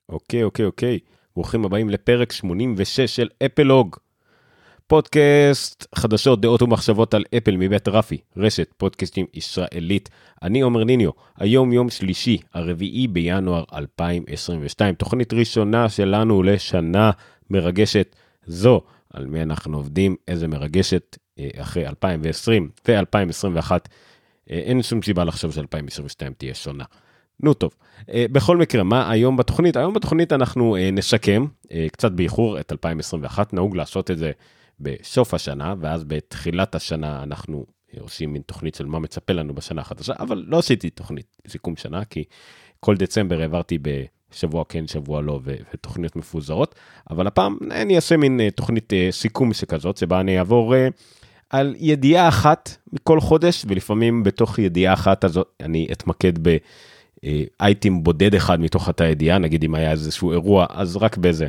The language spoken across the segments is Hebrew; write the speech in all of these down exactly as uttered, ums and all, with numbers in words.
אוקיי, אוקיי, אוקיי. ברוכים הבאים לפרק שמונים ושש של אפלוג. פודקאסט חדשות, דעות ומחשבות על אפל מבית רפי, רשת פודקאסטים ישראלית. אני עומר ניניו, היום יום שלישי, הרביעי בינואר אלפיים עשרים ושתיים, תוכנית ראשונה שלנו לשנה מרגשת זו. על מי אנחנו עובדים, איזה מרגשת אחרי אלפיים ועשרים ו-אלפיים עשרים ואחת. אין שום סיבה לחשוב ש-אלפיים עשרים ושתיים תהיה שונה. נו טוב, בכל מקרה, מה היום בתוכנית? היום בתוכנית אנחנו נשקם קצת באיחור את אלפיים עשרים ואחת, נהוג לעשות את זה בסוף השנה, ואז בתחילת השנה אנחנו עושים מין תוכנית של מה מצפה לנו בשנה החדשה, אבל לא עשיתי תוכנית סיכום שנה, כי כל דצמבר העברתי בשבוע כן, שבוע לא, ותוכניות מפוזרות, אבל הפעם אני אעשה מין תוכנית סיכום שכזאת, שבה אני אעבור על ידיעה אחת מכל חודש, ולפעמים בתוך ידיעה אחת הזאת אני אתמקד ב... אייטם בודד אחד מתוך אותה ידיעה, נגיד אם היה איזשהו אירוע, אז רק באיזה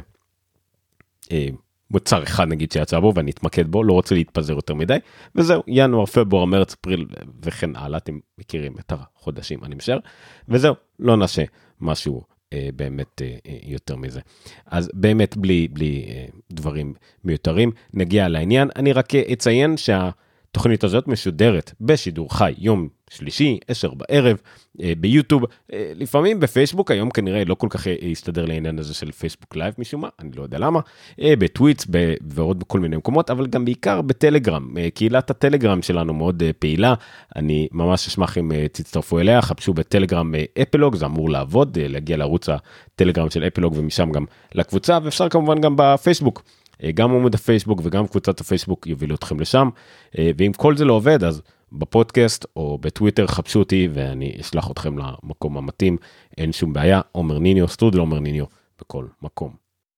מוצר אחד נגיד שיצא בו, ואני אתמקד בו, לא רוצה להתפזר יותר מדי, וזהו, ינואר, פברואר, מרץ, אפריל וכן הלאה, אתם מכירים את החודשים, אני משער, וזהו, לא נעשה משהו באמת יותר מזה. אז באמת בלי, בלי דברים מיותרים, נגיע לעניין, אני רק אציין שה... התוכנית הזאת משודרת בשידור חי, יום שלישי, עשר בערב, ביוטיוב, לפעמים בפייסבוק, היום כנראה לא כל כך יסתדר לעניין הזה של פייסבוק לייב משום מה, אני לא יודע למה, בטוויץ ועוד בכל מיני מקומות, אבל גם בעיקר בטלגרם, קהילת הטלגרם שלנו מאוד פעילה, אני ממש אשמח אם תצטרפו אליה, חפשו בטלגרם אפלוג, זה אמור לעבוד, להגיע לערוץ הטלגרם של אפלוג ומשם גם לקבוצה, ואפשר כמובן גם בפייסבוק. גם עמוד הפייסבוק וגם קבוצת הפייסבוק יובילו אתכם לשם, ואם כל זה לא עובד, אז בפודקאסט או בטוויטר חפשו אותי, ואני אשלח אתכם למקום המתאים, אין שום בעיה, עומר ניניו, סטודיו עומר ניניו, בכל מקום.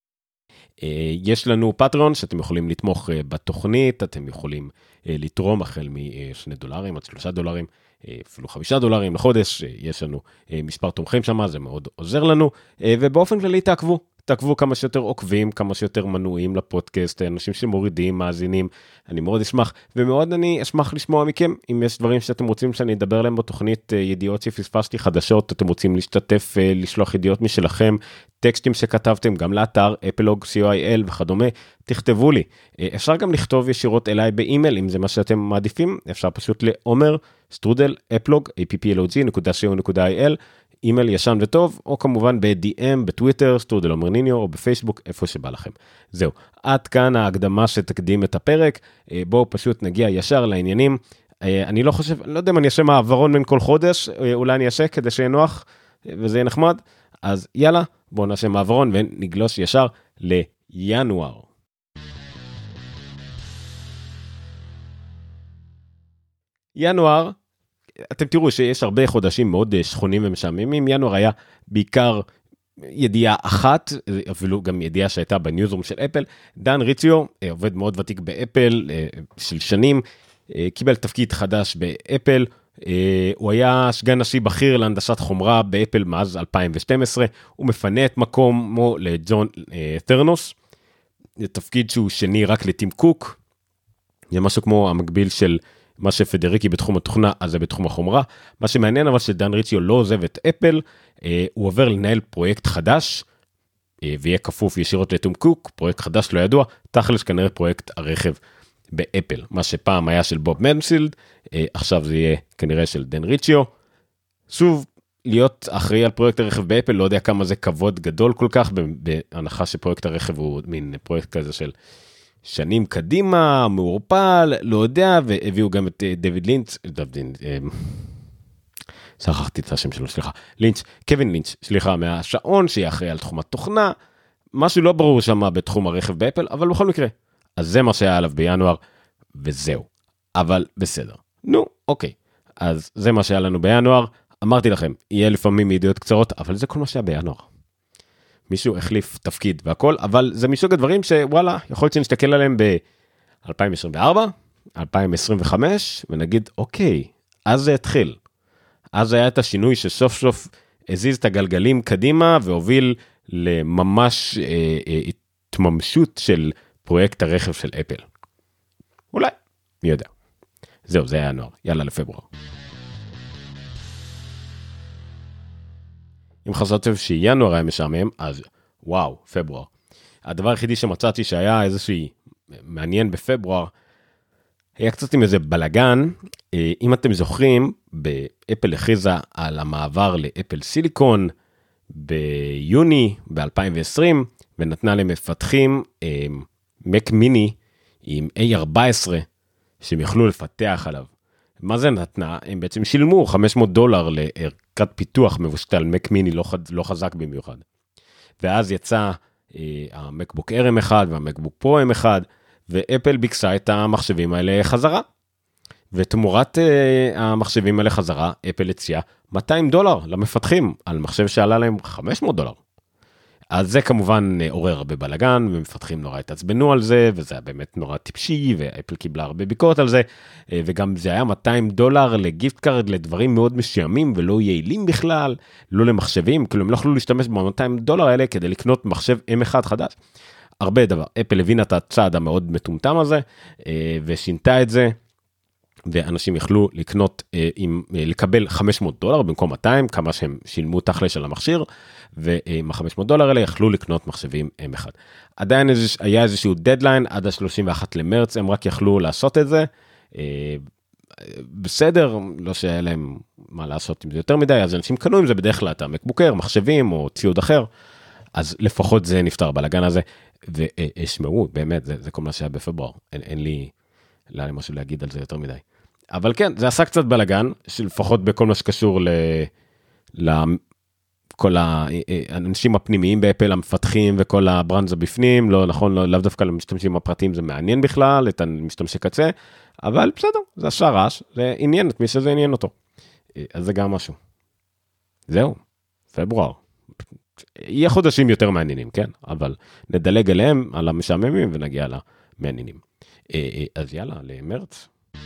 יש לנו פטריון, שאתם יכולים לתמוך בתוכנית, אתם יכולים לתרום החל משני דולרים עד שלושה דולרים, אפילו חמישה דולרים לחודש, יש לנו מספר תומכים שם, זה מאוד עוזר לנו, ובאופן כללי תעקבו. תעקבו כמה שיותר עוקבים, כמה שיותר מנויים לפודקאסט, אנשים שמורידים, מאזינים, אני מאוד אשמח, ומאוד אני אשמח לשמוע מכם, אם יש דברים שאתם רוצים שאני אדבר להם בתוכנית, ידיעות שפספסתי חדשות, אתם רוצים להשתתף, לשלוח ידיעות משלכם, טקסטים שכתבתם, גם לאתר, אפלוג, סי או איי אל וכדומה, תכתבו לי. אפשר גם לכתוב ישירות אליי באימייל, אם זה מה שאתם מעדיפים, אפשר פשוט לעומר, סטרודל, אפלוג, אפלוג נקודה סי או נקודה איי אל, אימייל ישן וטוב, או כמובן ב-די אם, בטוויטר, סטרודל עומר ניניו, או בפייסבוק, איפה שבא לכם. זהו, עד כאן ההקדמה שתקדים את הפרק, בואו פשוט נגיע ישר לעניינים, אני לא חושב, לא יודע אם אני אעשה מעברון בין כל חודש, אולי אני אעשה כדי שיהיה נוח, וזה יהיה נחמד, אז יאללה, בואו נעשה מעברון ונגלוש ישר לינואר. ינואר, אתם תראו שיש הרבה חודשים מאוד שכונים ומשעממים, ינואר היה בעיקר ידיעה אחת, אפילו גם ידיעה שהייתה בניוזרום של אפל, דן ריציו, עובד מאוד ותיק באפל של שנים, קיבל תפקיד חדש באפל, הוא היה סגן נשיא בכיר להנדסת חומרה באפל מאז אלפיים ושתים עשרה, הוא מפנה את מקומו לג'ון ת'רנוס, זה תפקיד שהוא שני רק לטים קוק, זה משהו כמו המקביל של מה שפדריקי בתחום התוכנה, אז זה בתחום החומרה. מה שמעניין אבל שדן ריציו לא עוזב את אפל, אה, הוא עובר לנהל פרויקט חדש, אה, ויהיה כפוף ישירות לטים קוק, פרויקט חדש לא ידוע, תכלס כנראה פרויקט הרכב באפל. מה שפעם היה של בוב מנסילד, אה, עכשיו זה יהיה כנראה של דן ריציו. שוב, להיות אחראי על פרויקט הרכב באפל, לא יודע כמה זה כבוד גדול כל כך, בהנחה שפרויקט הרכב הוא מין פרויקט כזה של שנים קדימה, מאורפל, לא יודע, והביאו גם את דויד לינץ', דויד לינץ', שכחתי את השם שלו, סליחה, לינץ', קווין לינץ', סליחה, מהשעון שיהיה אחראי על תחום התוכנה, משהו לא ברור שם בתחום הרכב באפל, אבל בכל מקרה, אז זה מה שהיה עליו בינואר, וזהו, אבל בסדר. נו, אוקיי, אז זה מה שהיה לנו בינואר, אמרתי לכם, יהיה לפעמים ידיעות קצרות, אבל זה כל מה שהיה בינואר. מישהו החליף תפקיד והכל, אבל זה מסוג הדברים שוואלה, יכול להיות שנסתכל עליהם ב-אלפיים עשרים וארבע, אלפיים עשרים וחמש, ונגיד, אוקיי, אז זה התחיל. אז היה את השינוי שסוף סוף הזיז את הגלגלים קדימה, והוביל לממש אה, אה, התממשות של פרויקט הרכב של אפל. אולי, מי יודע. זהו, זה היה נוער. יאללה לפברואר. אם חשבתם שינואר היה משעמם, אז וואו, פברואר. הדבר היחידי שמצאתי שהיה איזושהי מעניין בפברואר, היה קצת עם איזה בלגן, אם אתם זוכרים, באפל הכריזה על המעבר לאפל סיליקון, ביוני ב-אלפיים ועשרים, ונתנה למפתחים Mac Mini עם A ארבע עשרה, שהם יכלו לפתח עליו. מה זה נתנה? הם בעצם שילמו חמש מאות דולר לערכת פיתוח מבושת על Mac Mini לא, לא חזק במיוחד. ואז יצא המקבוק Air אם אחד והמקבוק פרו אם אחד, ואפל ביקשה את המחשבים האלה חזרה. ותמורת uh, המחשבים האלה חזרה, אפל הציעה מאתיים דולר למפתחים, על מחשב שעלה להם חמש מאות דולר. אז זה כמובן עורר הרבה בלגן, ומפתחים נורא התעצבנו על זה, וזה היה באמת נורא טיפשי, ואפל קיבלה הרבה ביקורת על זה, וגם זה היה מאתיים דולר לגיפט קארד לדברים מאוד משעמים, ולא יעילים בכלל, לא למחשבים, כאילו הם לא יכלו להשתמש ב-מאתיים דולר האלה, כדי לקנות מחשב אם אחד חדש. הרבה דבר, אפל הבינה את הצעד המאוד מטומטם הזה, ושינתה את זה, ואנשים יכלו לקנות, עם, לקבל חמש מאות דולר במקום מאתיים, כמה שהם שילמו תכל'ס של המכשיר, ועם ה-חמש מאות דולר האלה יכלו לקנות מחשבים אם אחד. עדיין היה איזשהו דדליין, עד ה-שלושים ואחד למרץ, הם רק יכלו לעשות את זה, בסדר, לא שהיה להם מה לעשות עם זה יותר מדי, אז אנשים קנו עם זה בדרך כלל, את המקבוקר, מחשבים או ציוד אחר, אז לפחות זה נפטר בלגן הזה, ושמעו, באמת, זה, זה כל מה שהיה בפברואר, אין, אין לי, לא היה משהו להגיד על זה יותר מדי. אבל כן, זה עשה קצת בלגן, שלפחות בכל מה שקשור לכל האנשים הפנימיים באפל, המפתחים וכל הברנז בפנים, לא נכון, לא, לאו דווקא למשתמשים הפרטיים, זה מעניין בכלל, את המשתמשי קצה, אבל בסדר, זה עשה רעש, זה עניין את מי שזה עניין אותו. אז זה גם משהו. זהו, פברואר. יהיה חודשים יותר מעניינים, כן? אבל נדלג עליהם, על המשעממים, ונגיע למעניינים. אז יאללה, למרץ.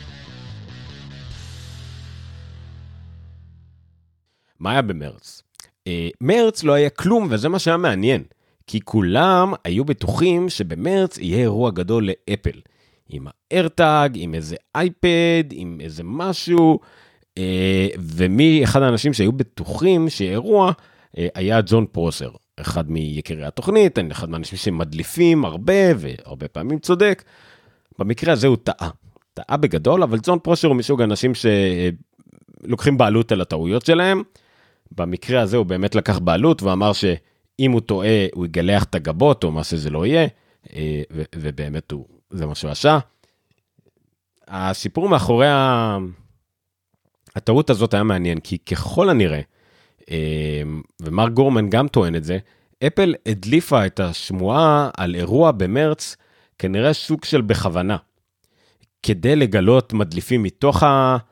מה היה במרץ? מרץ לא היה כלום, וזה מה שהיה מעניין. כי כולם היו בטוחים שבמרץ יהיה אירוע גדול לאפל. עם האיירטאג, עם איזה אייפד, עם איזה משהו. ומי אחד האנשים שהיו בטוחים שאירוע, היה ג'ון פרוסר. אחד מיקירי התוכנית, אחד מהאנשים שמדליפים הרבה, והרבה פעמים צודק. במקרה הזה הוא טעה. טעה בגדול, אבל ג'ון פרוסר הוא מסוג האנשים שלוקחים בעלות על הטעויות שלהם. במקרה הזה הוא באמת לקח בעלות, ואמר שאם הוא טועה, הוא יגלח את הגבות, או מה שזה לא יהיה, ו- ובאמת הוא, זה מה שהוא עשה. הסיפור מאחורי ה... הטעות הזאת היה מעניין, כי ככל הנראה, ומר גורמן גם טוען את זה, אפל הדליפה את השמועה על אירוע במרץ, כנראה סוג של בכוונה, כדי לגלות מדליפים מתוך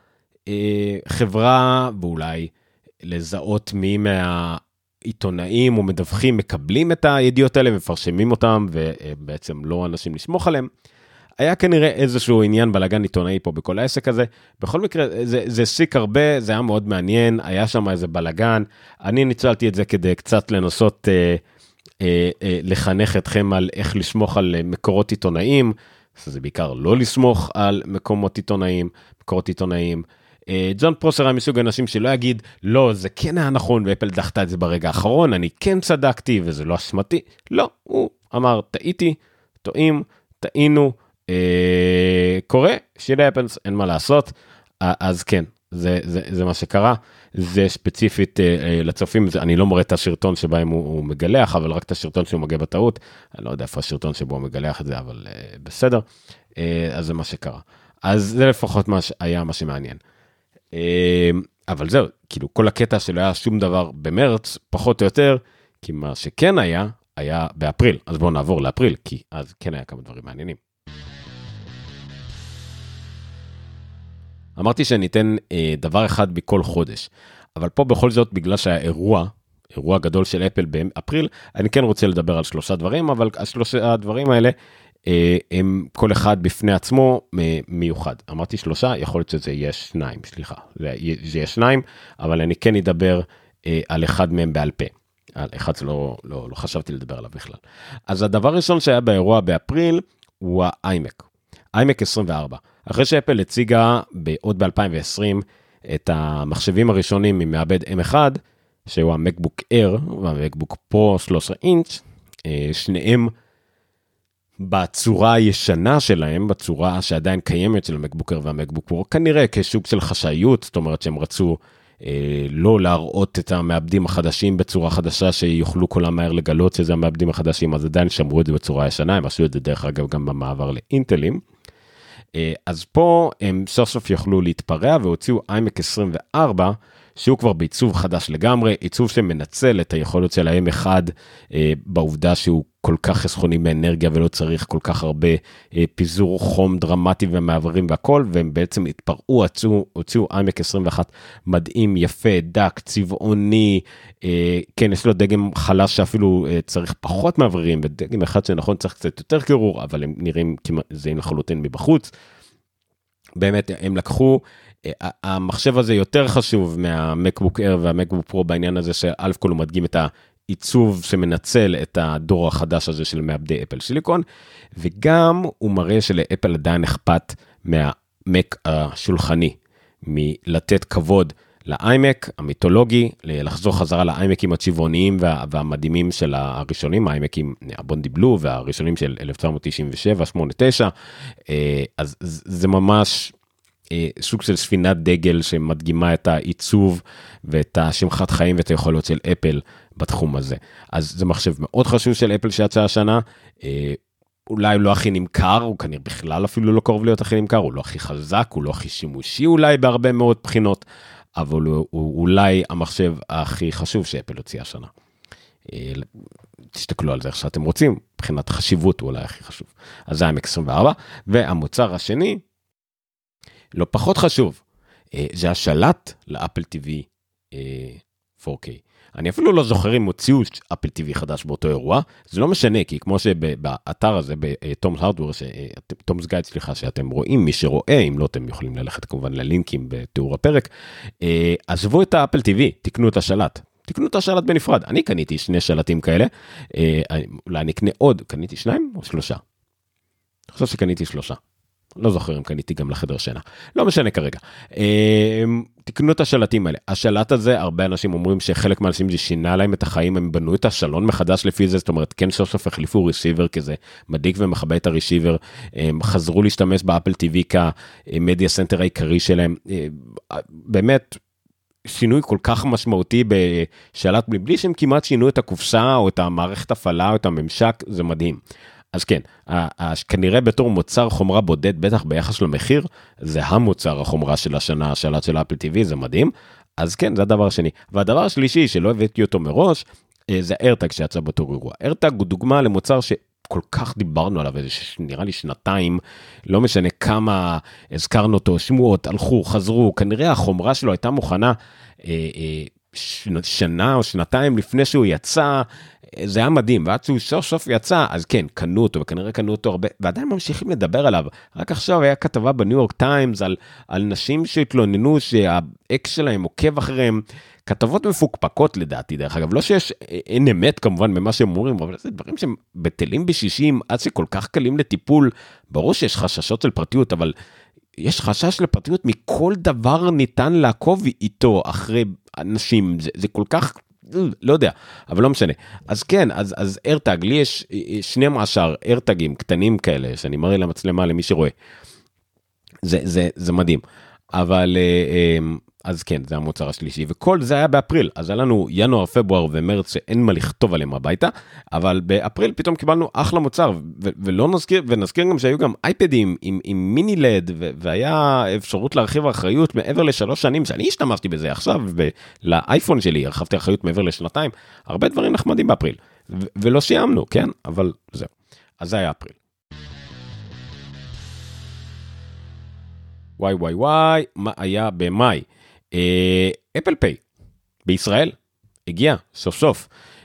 החברה, ואולי לזהות מי מהעיתונאים או מדווחים מקבלים את הידיעות האלה, מפרשמים אותם, ובעצם לא אנשים לסמוך עליהם. היה כנראה איזשהו עניין בלגן עיתונאי פה בכל העסק הזה. בכל מקרה, זה, זה סיק הרבה, זה היה מאוד מעניין, היה שם איזה בלגן. אני ניצלתי את זה כדי קצת לנסות אה, אה, אה, לחנך אתכם על איך לסמוך על מקורות עיתונאים, זה בעיקר לא לסמוך על מקומות עיתונאים, מקורות עיתונאים. אה, ג'ון פרוסר היה מסוג אנשים שלא יגיד, לא, זה כן היה נכון, ואפל דחתה את זה ברגע האחרון, אני כן צדקתי, וזה לא אשמתי. לא, הוא אמר, טעיתי, טועים, טעינו, קורה, שיט הפנס, אין מה לעשות, אז כן, זה, זה, זה מה שקרה, זה ספציפית לצופים, אני לא מראה את השרטון שבהם הוא, הוא מגלח, אבל רק את השרטון שהוא מגע בטעות, אני לא יודע איפה השרטון שבו הוא מגלח את זה, אבל בסדר, אז זה מה שקרה. אז זה לפחות מה שהיה מה שמעניין. אבל זהו, כאילו כל הקטע שלא היה שום דבר במרץ, פחות או יותר, כי מה שכן היה, היה באפריל, אז בואו נעבור לאפריל, כי אז כן היה כמה דברים מעניינים. אמרתי שניתן אה, דבר אחד בכל חודש, אבל פה בכל זאת, בגלל שהאירוע, אירוע גדול של אפל באפריל, אני כן רוצה לדבר על שלושה דברים, אבל השלושה הדברים האלה, אה, הם כל אחד בפני עצמו מיוחד. אמרתי שלושה, יכול להיות שזה יהיה שניים, סליחה, זה יהיה שניים, אבל אני כן אדבר אה, על אחד מהם בעל פה. על אחד לא, לא, לא חשבתי לדבר עליו בכלל. אז הדבר הראשון שהיה באירוע באפריל, הוא ה-iMac. iMac עשרים וארבע. אחרי שאפל הציגה עוד ב-אלפיים ועשרים את המחשבים הראשונים ממעבד אם אחד, שהוא המקבוק אייר והמקבוק פרו שלוש עשרה אינץ', שניהם בצורה הישנה שלהם, בצורה שעדיין קיימת של המקבוק אייר והמקבוק פרו, כנראה כשוק של חשאיות, זאת אומרת שהם רצו אה, לא להראות את המעבדים החדשים בצורה חדשה, שיוכלו כל המהר לגלות שזה המעבדים החדשים, אז עדיין שמרו את זה בצורה הישנה, הם עשו את זה דרך אגב גם במעבר לאינטלים, אה, אז פה הם סוף סוף יוכלו להתפרע, והוציאו איימק עשרים וארבע, שהוא כבר בעיצוב חדש לגמרי, עיצוב שמנצל את היכולת של ה-אם אחת, אה, בעובדה שהוא כל כך חסכוני מאנרגיה, ולא צריך כל כך הרבה אה, פיזור חום דרמטי ומעברים והכל, והם בעצם התפרעו, הוציאו, הוציאו איימק עשרים ואחת מדהים, יפה, דק, צבעוני, אה, כן, יש לו דגם חלש שאפילו אה, צריך פחות מעברים, ודגם אחד שנכון צריך קצת יותר קירור, אבל הם נראים כמעט זהים לחלוטין מבחוץ. באמת, הם לקחו, המחשב הזה יותר חשוב מהמקבוק אייר והמקבוק פרו בעניין הזה, שא' כל הוא מדגים את העיצוב שמנצל את הדור החדש הזה של מעבדי אפל סיליקון, וגם הוא מראה שלאפל עדיין אכפת מהמק השולחני, מלתת כבוד לאיימק המיתולוגי, לחזור חזרה לאיימקים הצבעוניים וה, והמדהימים של הראשונים, האיימקים הבונדי בלו והראשונים של אלף תשע מאות תשעים ושבע שמונים ותשע, אז זה ממש סוג של ספינת דגל שמדגימה את העיצוב ואת השמחת חיים ואת היכולות של אפל בתחום הזה. אז זה מחשב מאוד חשוב של אפל שיצא השנה, אולי לא הכי נמכר, הוא כנראה בכלל אפילו לא קרוב להיות הכי נמכר, הוא לא הכי חזק, הוא לא הכי שימושי אולי בהרבה מאוד בחינות, אבל הוא, הוא אולי המחשב הכי חשוב שאפל הוציאה השנה. תסתכלו על זה איך שאתם רוצים, מבחינת חשיבות הוא אולי הכי חשוב. אז זה איימק עשרים וארבע, והמוצר השני, לא פחות חשוב, זה השלט לאפל טי וי פור קיי. אני אפילו לא זוכר אם הוציאו אפל טי וי חדש באותו אירוע, זה לא משנה, כי כמו שבאתר הזה, בתומס הארדוור, תומס גייד, סליחה, שאתם רואים, מי שרואה, אם לא אתם יכולים ללכת כמובן ללינקים בתיאור הפרק, עזבו את האפל טי וי, תקנו את השלט, תקנו את השלט בנפרד. אני קניתי שני שלטים כאלה, אולי אני אקנה עוד, קניתי שניים או שלושה? אני חושב שקניתי שלושה. לא זוכר אם קניתי גם לחדר שינה. לא משנה כרגע. תקנו את השלטים האלה. השלט הזה, הרבה אנשים אומרים שחלק מהאנשים זה שינה להם את החיים, הם בנו את השלון מחדש לפי זה, זאת אומרת, כן סוף סוף החליפו רסיבר כזה, מדיק ומחבא את הרסיבר, הם חזרו להשתמש באפל טי וי כמדיה סנטר העיקרי שלהם. באמת, שינוי כל כך משמעותי בשלט, בלי שהם כמעט שינו את הקופסה, או את המערכת הפעלה, או את הממשק, זה מדהים. אז כן, כנראה בתור מוצר חומרה בודד, בטח ביחס למחיר, זה המוצר החומרה של השנה, השלט של אפל טי וי, זה מדהים. אז כן, זה הדבר השני. והדבר השלישי, שלא הבאתי אותו מראש, זה איירטאג שיצא באותו אירוע. איירטאג הוא דוגמה למוצר שכל כך דיברנו עליו, איזה נראה לי שנתיים, לא משנה כמה הזכרנו אותו, שמועות, הלכו, חזרו, כנראה החומרה שלו הייתה מוכנה שנה או שנתיים לפני שהוא יצא, זה היה מדהים, ועד שהוא סוף סוף יצא, אז כן, קנו אותו, וכנראה קנו אותו הרבה, ועדיין ממשיכים לדבר עליו. רק עכשיו היה כתבה בניו יורק טיימס, על, על נשים שהתלוננו שהאקס שלהם עוקב אחריהם, כתבות מפוקפקות לדעתי, דרך אגב, לא שיש, אין אמת כמובן ממה שהם אומרים, אבל זה דברים שהם בטלים בשישים, עד שכל כך קלים לטיפול, ברור שיש חששות של פרטיות, אבל יש חשש לפרטיות, מכל דבר ניתן לעקוב איתו אחרי אנשים, זה, זה כל כך, לא יודע, אבל לא משנה. אז כן, אז, אז איירטאג, לי יש שנים עשר איירטאגים קטנים כאלה, שאני מראה למצלמה למי שרואה. זה, זה, זה מדהים. אבל, אז כן, זה המוצר השלישי, וכל זה היה באפריל, אז היה לנו ינואר, פברואר ומרץ שאין מה לכתוב עליהם הביתה, אבל באפריל פתאום קיבלנו אחלה מוצר, ו- ולא נזכיר, ונזכיר גם שהיו גם אייפדים עם, עם מיני לד, ו- והיה אפשרות להרחיב האחריות מעבר לשלוש שנים, שאני השתמשתי בזה עכשיו, לאייפון שלי, הרחבתי האחריות מעבר לשנתיים, הרבה דברים נחמדים באפריל, ו- ולא סיימנו, כן? אבל זהו. אז זה היה אפריל. וואי וואי וואי, מה היה במאי? אפל פיי בישראל הגיע סוף סוף,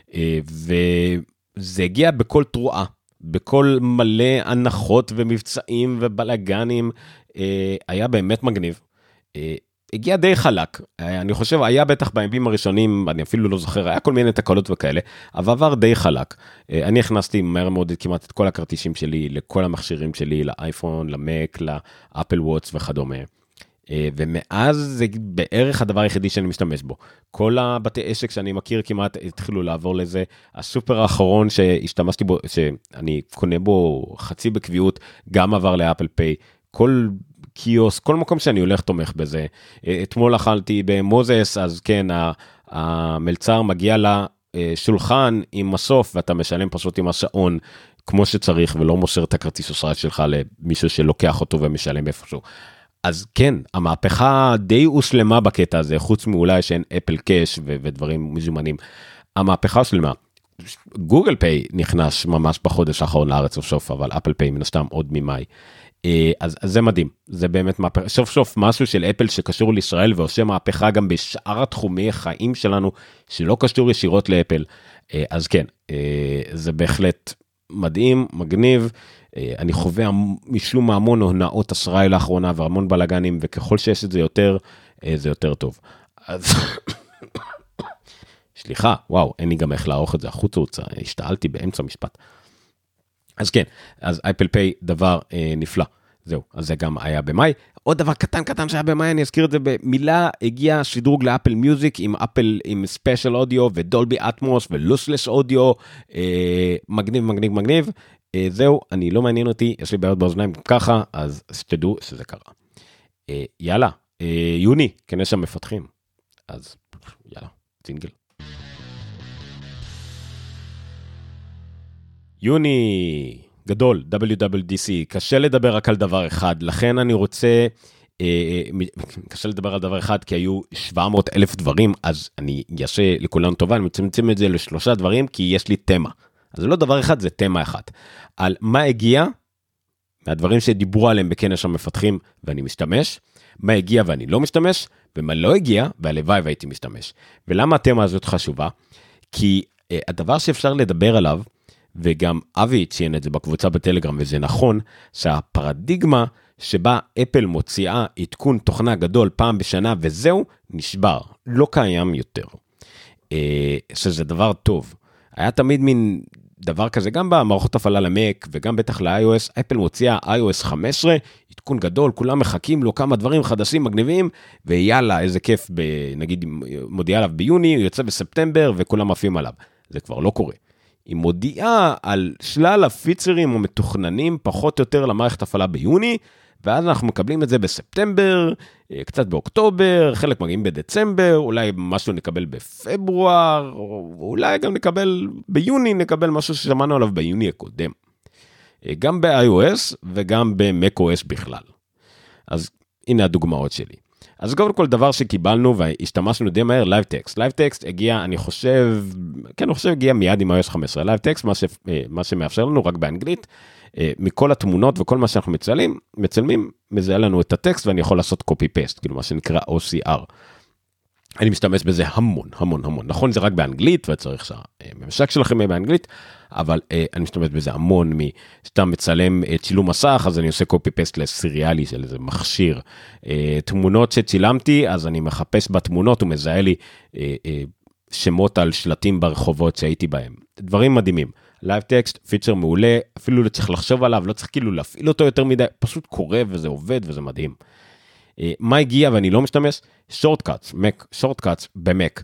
וזה הגיע בכל תרועה, בכל מלא הנחות ומבצעים ובלגנים, היה באמת מגניב, הגיע די חלק, אני חושב היה בטח בימים הראשונים, אני אפילו לא זוכר, היה כל מיני תקלות וכאלה, אבל עבר די חלק, אני הכנסתי מהר מאוד כמעט את כל הכרטיסים שלי, לכל המכשירים שלי, לאייפון, למק, לאפל וואטס וכדומה, ומאז זה בערך הדבר היחידי שאני משתמש בו. כל הבתי עסק שאני מכיר כמעט התחילו לעבור לזה. הסופר האחרון שהשתמשתי בו, שאני קונה בו חצי בקביעות, גם עבר לאפל פיי. כל קיוס, כל מקום שאני הולך תומך בזה. אתמול אכלתי במוזס, אז כן, המלצר מגיע לשולחן עם מסוף, ואתה משלם פשוט עם השעון, כמו שצריך, ולא מוסר את הכרטיס אשראי שלך למישהו שלוקח אותו ומשלם איפשהו. אז כן, המהפכה די הושלמה בקטע הזה, חוץ מאולי שאין אפל קאש ו- ודברים מזומנים. המהפכה הושלמה. גוגל פיי נכנס ממש בחודש האחרון לארץ סוף סוף, אבל אפל פיי מן הסתם עוד ממאי. אז, אז זה מדהים, זה באמת מהפכה, סוף סוף משהו של אפל שקשור לישראל, ועושה מהפכה גם בשאר התחומי החיים שלנו, שלא קשור ישירות לאפל. אז כן, זה בהחלט מדהים, מגניב, אני חווה משום המון הונאות אשראי לאחרונה, והמון בלגנים, וככל שיש את זה יותר, זה יותר טוב. אז סליחה, וואו, אין לי גם איך לערוך את זה, החוצה הוצא, השתעלתי באמצע משפט. אז כן, אז אפל פיי דבר אה, נפלא, זהו, אז זה גם היה במאי. עוד דבר קטן קטן שהיה במאי, אני אזכיר את זה במילה, הגיע שדרוג לאפל מיוזיק, עם אפל, עם ספיישל אודיו, ודולבי אטמוס, ולוסלס אודיו, אה, מגניב, מגניב, מגניב, אה, זהו, אני לא מעניין אותי, יש לי בעיות באוזניים ככה, אז שתדעו שזה קרה. אה, יאללה, אה, יוני, כנס שם מפתחים, אז יאללה, צינגל. יוני גדול, דאבליו דאבליו די סי, קשה לדבר רק על דבר אחד, לכן אני רוצה, אה, קשה לדבר על דבר אחד, כי היו שבע מאות אלף דברים, אז אני אעשה לכולנו טובה, אני מצמצם את זה לשלושה דברים, כי יש לי תמה. אז זה לא דבר אחד, זה תמה אחת. על מה הגיע, מהדברים שדיברו עליהם בכנס המפתחים, ואני משתמש, מה הגיע ואני לא משתמש, ומה לא הגיע, והלוואי והייתי משתמש. ולמה התמה הזאת חשובה? כי אה, הדבר שאפשר לדבר עליו, וגם אבי ציין את זה בקבוצה בטלגרם, וזה נכון, שהפרדיגמה שבה אפל מוציאה עדכון תוכנה גדול פעם בשנה, וזהו, נשבר, לא קיים יותר. שזה דבר טוב. היה תמיד מין דבר כזה, גם במערכות הפעלה למק, וגם בטח ל-iOS, אפל מוציאה iOS חמש עשרה, עדכון גדול, כולם מחכים לו כמה דברים חדשים מגניבים, ויאללה, איזה כיף, נגיד, מודיעה עליו ביוני, הוא יוצא בספטמבר, וכולם עפים עליו. זה כבר לא קורה. היא מודיעה על שלל הפיצרים המתוכננים פחות או יותר למערכת הפעלה ביוני, ואז אנחנו מקבלים את זה בספטמבר, קצת באוקטובר, חלק מגיעים בדצמבר, אולי משהו נקבל בפברואר, או אולי גם נקבל ביוני, נקבל משהו ששמענו עליו ביוני הקודם. גם ב-iOS וגם ב-macOS בכלל. אז הנה הדוגמאות שלי. אז קודם כל דבר שקיבלנו והשתמשנו די מהר, LiveText. LiveText הגיע, אני חושב, כן, אני חושב הגיע מיד עם iOS חמש עשרה. LiveText, מה, ש, מה שמאפשר לנו רק באנגלית, מכל התמונות וכל מה שאנחנו מצלמים, מצלמים, מזהה לנו את הטקסט ואני יכול לעשות copy-paste, כאילו מה שנקרא או סי אר. אני משתמש בזה המון, המון, המון. נכון, זה רק באנגלית, וצריך שהממשק שלכם יהיה באנגלית, אבל אה, אני משתמש בזה המון, שאתה מצלם אה, צילום מסך, אז אני עושה copy-paste לסריאלי של איזה מכשיר. אה, תמונות שצילמתי, אז אני מחפש בתמונות, ומזהה לי אה, אה, שמות על שלטים ברחובות שהייתי בהם. דברים מדהימים. LiveText, פיצ'ר מעולה, אפילו לא צריך לחשוב עליו, לא צריך כאילו להפעיל אותו יותר מדי, פשוט קורה וזה עובד וזה מדהים. מה הגיע ואני לא משתמש? שורטקאטס, מק, שורטקאטס במק.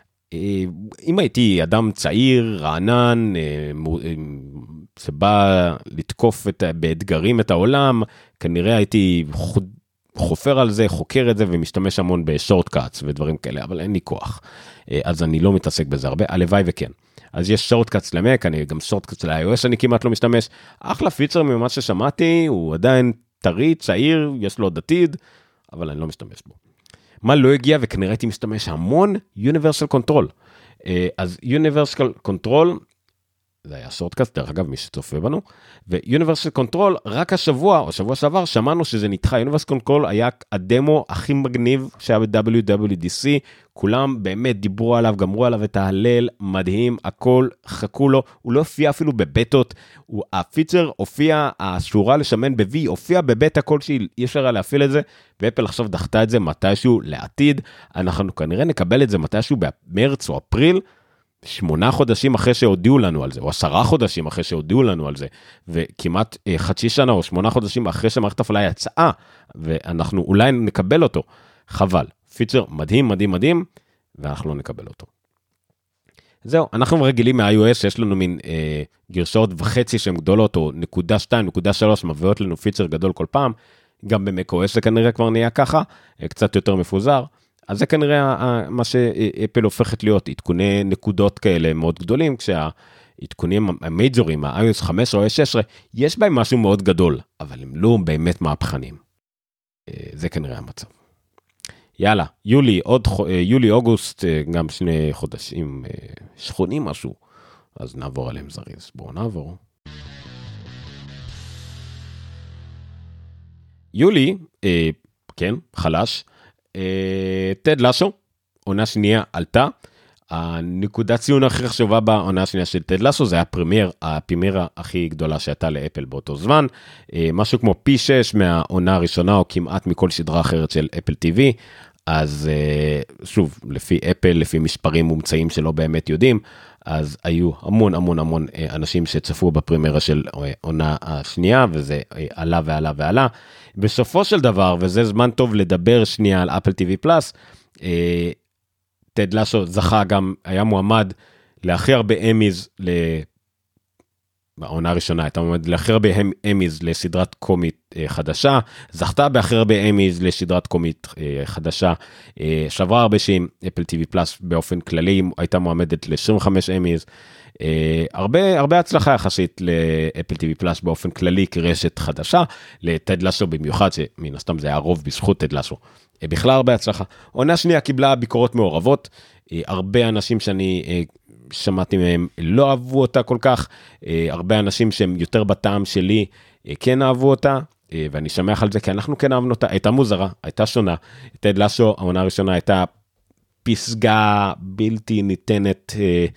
אם הייתי אדם צעיר, רענן, שבא לתקוף את, באתגרים את העולם, כנראה הייתי חופר על זה, חוקר את זה ומשתמש המון בשורטקאטס ודברים כאלה, אבל אין לי כוח. אז אני לא מתעסק בזה הרבה, הלוואי וכן. אז יש שורטקאטס למק, אני גם שורטקאטס ל-iOS אני כמעט לא משתמש. אחלה פיצ'ר ממה ששמעתי, הוא עדיין טרי, צעיר, יש לו עוד עתיד, אבל אני לא משתמש בו. מה לא הגיע וכנראה הייתי משתמש המון? Universal Control. אז Universal Control, זה היה שורטקאסט, דרך אגב, מי שצופה בנו, ו-Universal Control, רק השבוע, או שבוע שעבר, שמענו שזה נדחה. Universal Control היה הדמו הכי מגניב שהיה ב-דאבליו דאבליו די סי, כולם באמת דיברו עליו, גמרו עליו את ההלל, מדהים, הכל, חכו לו, הוא לא הופיע אפילו בבטות, הפיצ'ר הופיע, השורה לשמן ב-V, הופיע בבטה כלשהי, אי אפשר להפעיל את זה, ואפל עכשיו דחתה את זה מתישהו לעתיד, אנחנו כנראה נקבל את זה מתישהו במרץ או אפריל, שמונה חודשים אחרי שהודיעו לנו על זה, או עשרה חודשים אחרי שהודיעו לנו על זה, וכמעט אה, חצי שנה או שמונה חודשים אחרי שמערכת ההפעלה יצאה, ואנחנו אולי נקבל אותו, חבל. פיצ'ר מדהים, מדהים, מדהים, ואנחנו לא נקבל אותו. זהו, אנחנו רגילים מה-iOS שיש לנו מין אה, גרשאות וחצי שהן גדולות, או נקודה שתיים, נקודה שלוש, מביאות לנו פיצ'ר גדול כל פעם, גם ב-macOS זה כנראה כבר נהיה ככה, אה, קצת יותר מפוזר, אז זה כנראה אה, מה שאפל הופכת להיות, עדכוני נקודות כאלה מאוד גדולים, כשהעדכונים המייג'ורים, ה-iOS חמש או iOS שש עשרה, יש בהם משהו מאוד גדול, אבל הם לא באמת מהפכנים. אה, זה כנראה המצב. יאללה, יולי, עוד, יולי, אוגוסט, גם שני חודשים שכונים משהו, אז נעבור עליהם זריז. בואו נעבור. יולי, אה, כן, חלש, אה, טד לאסו, עונה שנייה עלתה, הנקודת ציון הכי חשובה בעונה השנייה של טד לאסו, זה היה הפרמייר, הפרמיירה הכי גדולה שהייתה לאפל באותו זמן, אה, משהו כמו פי שש מהעונה הראשונה, או כמעט מכל סדרה אחרת של אפל טי וי, אז שוב, לפי אפל, לפי מספרים מומצאים שלא באמת יודעים, אז היו המון המון המון אנשים שצפו בפרמיירה של עונה השנייה, וזה עלה ועלה ועלה. בסופו של דבר, וזה זמן טוב לדבר שנייה על אפל טי וי פלאס, טד לאסו זכה גם, היה מועמד להכי הרבה אמיז ל... בעונה הראשונה הייתה מועמד להכי הרבה אמיז לסדרת קומית חדשה, זכתה בהכי הרבה אמיז לסדרת קומית חדשה, שברה הרבה שעים, אפל טי וי פלאס באופן כללי הייתה מועמדת ל-עשרים וחמש אמיז, הרבה, הרבה הצלחה יחסית לאפל טי וי פלאס באופן כללי כרשת חדשה, לטד לאסו במיוחד, שמן הסתם זה היה רוב בזכות טד לאסו, בכלל הרבה הצלחה. עונה שנייה קיבלה ביקורות מעורבות, הרבה אנשים שאני... שמעתי מהם, לא אהבו אותה כל כך, הרבה אנשים שהם יותר בטעם שלי, כן אהבו אותה, ואני שמח על זה, כי אנחנו כן אהבנו אותה, הייתה מוזרה, הייתה שונה, טד לאסו, העונה הראשונה הייתה פסגה בלתי ניתנת אה,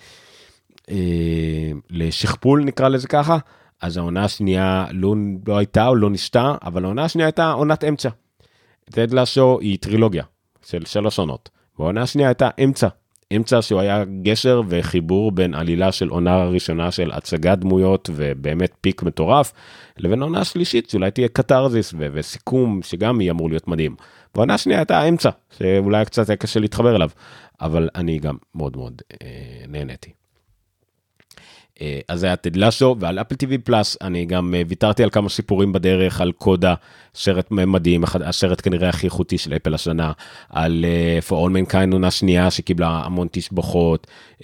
אה, לשכפול, נקרא לזה ככה, אז העונה השנייה לא, לא הייתה או לא נשתה, אבל העונה השנייה הייתה עונת אמצע, טד לאסו היא טרילוגיה של שלוש עונות, והעונה השנייה הייתה אמצע, אמצע שהוא היה גשר וחיבור בין עלילה של עונה הראשונה של הצגת דמויות ובאמת פיק מטורף, לבין עונה השלישית שאולי תהיה קטרזיס ו- וסיכום שגם היא אמור להיות מדהים. ועונה השנייה הייתה אמצע, שאולי קצת היה קשה להתחבר אליו, אבל אני גם מאוד מאוד אה, נהניתי. אז זה היה טד לאסו, ועל אפל טי וי פלאס אני גם ויתרתי על כמה סיפורים בדרך, על קודה, סרט מדהים, הסרט כנראה הכי איכותי של אפל השנה, על For All Mankind עונה שנייה שקיבלה המון תשבחות,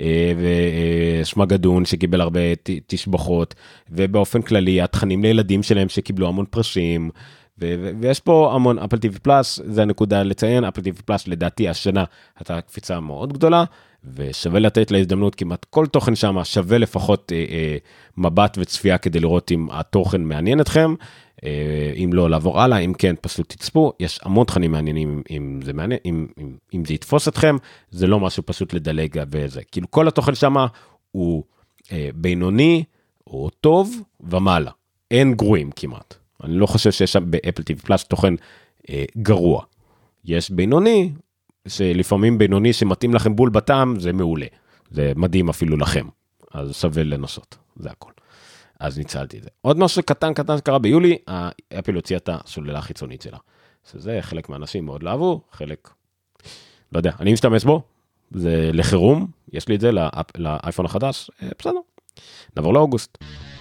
ושמגדון שקיבל הרבה תשבחות, ובאופן כללי התכנים לילדים שלהם שקיבלו המון פרסים, ו- ויש פה המון אפל טי וי פלאס, זה הנקודה לציין, אפל טי וי פלאס לדעתי השנה הייתה קפיצה מאוד גדולה, ושווה לתת להזדמנות, כמעט כל תוכן שם שווה לפחות אה, אה, מבט וצפייה כדי לראות אם התוכן מעניין אתכם, אה, אם לא לעבור הלאה, אם כן פשוט תצפו, יש המון תכנים מעניינים אם זה מעניין, אם, אם, אם זה יתפוס אתכם, זה לא משהו פשוט לדלג וזה, כאילו כל התוכן שם הוא אה, בינוני או טוב ומעלה, אין גרועים כמעט, אני לא חושב שיש שם באפל טי וי פלאס תוכן אה, גרוע, יש בינוני, שלפעמים בינוני שמתאים לכם בול בטעם, זה מעולה. זה מדהים אפילו לכם. אז שווה לנסות. זה הכל. אז ניצלתי את זה. עוד משהו קטן קטן שקרה ביולי, אפל הוציאה את הסוללה החיצונית שלה. שזה חלק מהאנשים מאוד לאהבו, חלק, לא יודע, אני משתמש בו, זה לחירום, יש לי את זה לאייפון החדש, בסדר. נעבור לאוגוסט.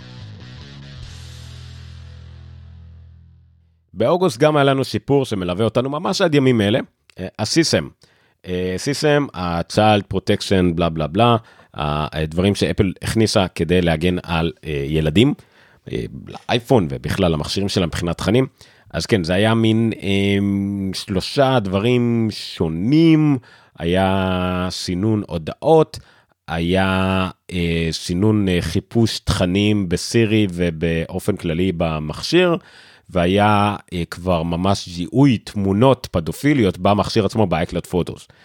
באוגוסט גם היה לנו שיפור שמלווה אותנו ממש עד ימים אלה, הסיסם, סיסם, ה-Child Protection, בלה בלה בלה, הדברים שאפל הכניסה כדי להגן על ילדים, לאייפון ובכלל המכשירים שלה מבחינת תכנים, אז כן, זה היה מין שלושה דברים שונים, היה סינון הודעות, היה סינון חיפוש תכנים בסירי ובאופן כללי במכשיר, והיה אה, כבר ממש זיהוי תמונות פדופיליות במכשיר עצמו, באייקלאוד פוטוס.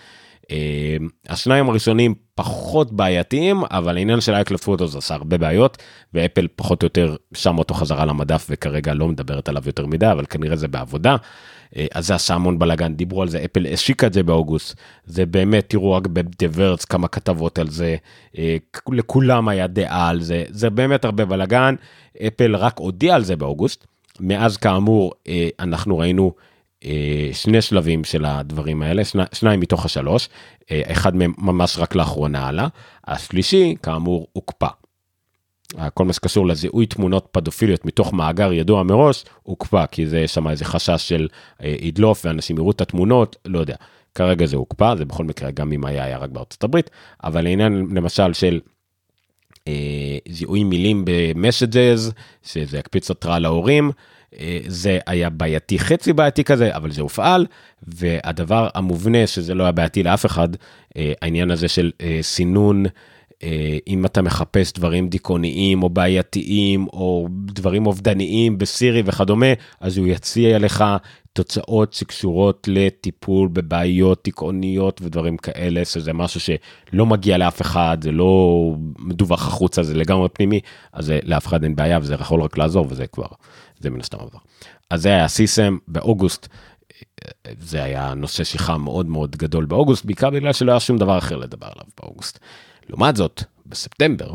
השניים הראשונים פחות בעייתיים, אבל העניין של iCloud Photos עשה הרבה בעיות, ואפל פחות או יותר שם אותו חזרה למדף, וכרגע לא מדברת עליו יותר מדי, אבל כנראה זה בעבודה. אז זה עשה המון בלגן, דיברו על זה, אפל השיקה את זה באוגוסט, זה באמת, תראו רק בדברץ כמה כתבות על זה, לכולם היה דעה על זה, זה באמת הרבה בלגן, אפל רק הודיע על זה באוגוסט, מאז כאמור אנחנו ראינו שני שלבים של הדברים האלה, שני, שניים מתוך השלוש, אחד מהם ממש רק לאחרונה עלה, השלישי כאמור הוקפא. כל מה שקשור לזיהוי תמונות פדופיליות מתוך מאגר ידוע מראש, הוקפא, כי זה שם איזה חשש של ידלוף, ואנשים יראו את התמונות, לא יודע. כרגע זה הוקפא, זה בכל מקרה גם אם היה, היה רק בארצות הברית, אבל לעניין למשל של אה, זיהוי מילים במסג'ז, שזה יקפיץ התראה להורים, אה, זה היה בעייתי, חצי בעייתי כזה, אבל זה הופעל, והדבר המובנה שזה לא היה בעייתי לאף אחד, אה, העניין הזה של אה, סינון, אם אתה מחפש דברים דיכאוניים או בעייתיים או דברים אובדניים בסירי וכדומה, אז הוא יציע לך תוצאות שקשורות לטיפול בבעיות דיכאוניות ודברים כאלה, שזה משהו שלא מגיע לאף אחד, זה לא מדווח החוצה, זה לגמרי פנימי, אז לאף אחד אין בעיה וזה יכול רק לעזור, וזה כבר, זה מן הסתם עבר. אז זה היה סיסם באוגוסט, זה היה נושא שיחה מאוד מאוד גדול באוגוסט, בעיקר בגלל שלא היה שום דבר אחר לדבר עליו באוגוסט. לעומת זאת, בספטמבר,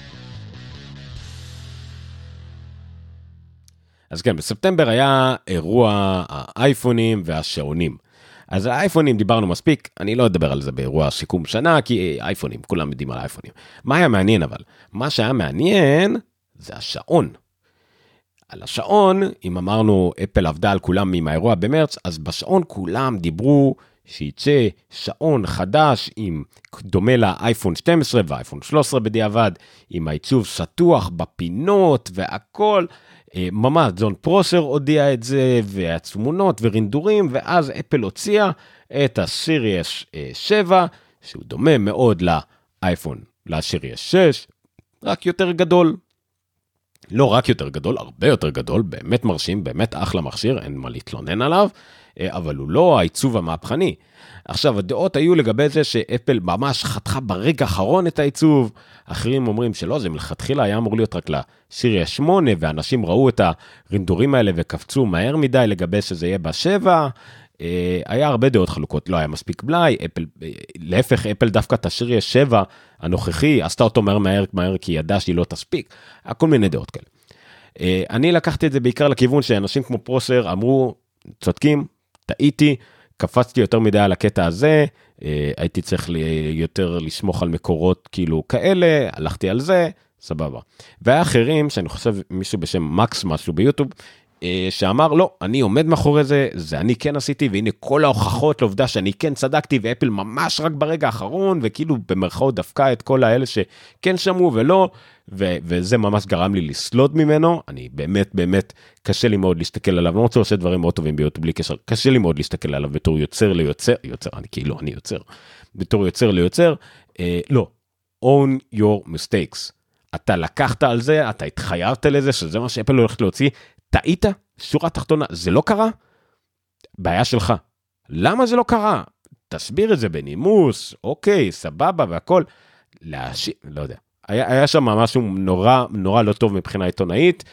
אז כן, בספטמבר היה אירוע האייפונים והשעונים. אז האייפונים דיברנו מספיק, אני לא אדבר על זה באירוע שיקום שנה, כי אייפונים, כולם יודעים על האייפונים. מה היה מעניין אבל? מה שהיה מעניין זה השעון. על השעון, אם אמרנו אפל עבדה על כולם עם האירוע במרץ, אז בשעון כולם דיברו שיצא שעון חדש עם דומה לאייפון שתים עשרה ואייפון שלוש עשרה בדיעבד, עם העיצוב סטוח בפינות והכל, ממש ג'ון פרוסר הודיע את זה, והתמונות ורינדורים, ואז אפל הוציאה את הסיריוס שבע, שהוא דומה מאוד לאייפון, לסיריוס שש, רק יותר גדול. לא רק יותר גדול, הרבה יותר גדול, באמת מרשים, באמת אחלה מכשיר, אין מה להתלונן עליו, אבל הוא לא העיצוב המהפכני. עכשיו, הדעות היו לגבי זה שאפל ממש חתכה ברגע האחרון את העיצוב, אחרים אומרים שלא, זה מלכתחילה היה אמור להיות רק לסיריוס שמונה, ואנשים ראו את הרינדורים האלה וקפצו מהר מדי לגבי שזה יהיה בשבע, היה הרבה דעות חלוקות, לא היה מספיק בלי, אפל, להפך, אפל דווקא את הסיריוס שבע הנוכחי, עשתה אותו מהר מהר מהר, כי ידע שהיא לא תספיק, היה כל מיני דעות כאלה. אני לקחתי את זה בעיקר לכיוון שאנשים כמו פרוסר אמרו, צודקים, טעיתי, קפצתי יותר מדי על הקטע הזה, הייתי צריך יותר לסמוך על מקורות כאילו כאלה, הלכתי על זה, סבבה. והאחרים, שאני חושב מישהו בשם מקס משהו ביוטיוב, שאמר, לא, אני עומד מאחורי זה, זה אני כן עשיתי, והנה כל ההוכחות לעובדה שאני כן צדקתי, ואפל ממש רק ברגע האחרון, וכאילו במרכאות דווקא את כל האלה שכן שמעו ולא, ו- וזה ממש גרם לי לסלוד ממנו, אני באמת, באמת, קשה לי מאוד להסתכל עליו, לא רוצה לעשות דברים מאוד טובים ביוטיוב בלי קשר, קשה לי מאוד להסתכל עליו בתור יוצר ליוצר, יוצר, אני כאילו, אני יוצר, בתור יוצר ליוצר, אה, לא, own your mistakes, אתה לקחת על זה, אתה התחייבת לזה, שזה מה שאפל הולכת להוציא, טעית, שורה תחתונה, זה לא קרה? בעיה שלך. למה זה לא קרה? תסביר את זה בנימוס, אוקיי, סבבה והכל. להשיב, לא יודע. היה, היה שם משהו נורא, נורא לא טוב מבחינה עיתונאית,